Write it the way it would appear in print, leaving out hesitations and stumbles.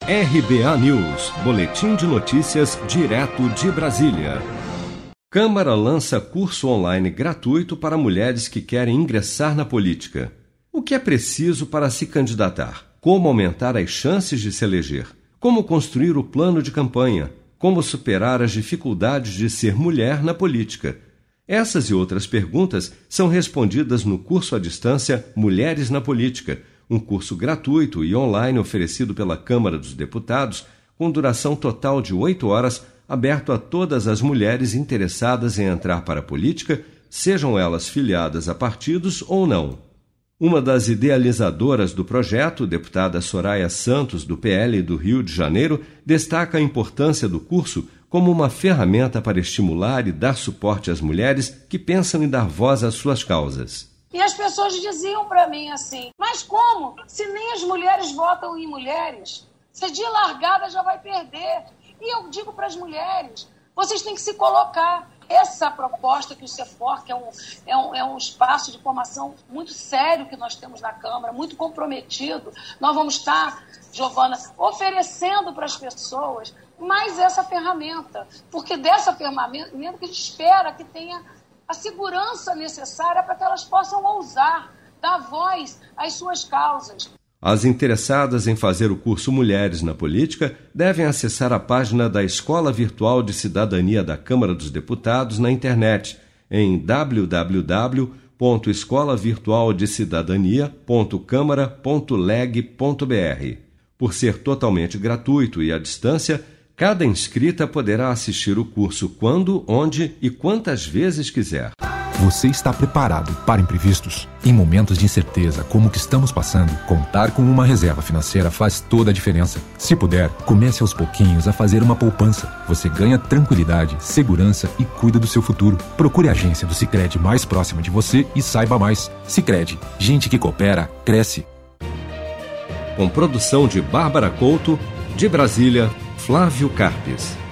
RBA News, boletim de notícias direto de Brasília. Câmara lança curso online gratuito para mulheres que querem ingressar na política. O que é preciso para se candidatar? Como aumentar as chances de se eleger? Como construir o plano de campanha? Como superar as dificuldades de ser mulher na política? Essas e outras perguntas são respondidas no curso à distância Mulheres na Política, um curso gratuito e online oferecido pela Câmara dos Deputados, com duração total de 8 horas, aberto a todas as mulheres interessadas em entrar para a política, sejam elas filiadas a partidos ou não. Uma das idealizadoras do projeto, deputada Soraya Santos, do PL do Rio de Janeiro, destaca a importância do curso como uma ferramenta para estimular e dar suporte às mulheres que pensam em dar voz às suas causas. E as pessoas diziam para mim assim, mas como? Se nem as mulheres votam em mulheres, você de largada já vai perder. E eu digo para as mulheres, vocês têm que se colocar. Essa proposta que o CEFOR, que é um espaço de formação muito sério que nós temos na Câmara, muito comprometido, nós vamos estar, Giovana, oferecendo para as pessoas mais essa ferramenta, porque dessa ferramenta que a gente espera que tenha a segurança necessária para que elas possam ousar dar voz às suas causas. As interessadas em fazer o curso Mulheres na Política devem acessar a página da Escola Virtual de Cidadania da Câmara dos Deputados na internet, em www.escolavirtualdecidadania.câmara.leg.br. Por ser totalmente gratuito e à distância, cada inscrita poderá assistir o curso quando, onde e quantas vezes quiser. Você está preparado para imprevistos? Em momentos de incerteza como o que estamos passando, contar com uma reserva financeira faz toda a diferença. Se puder, comece aos pouquinhos a fazer uma poupança. Você ganha tranquilidade, segurança e cuida do seu futuro. Procure a agência do Sicredi mais próxima de você e saiba mais. Sicredi, gente que coopera, cresce. Com produção de Bárbara Couto, de Brasília, Flávio Carpes.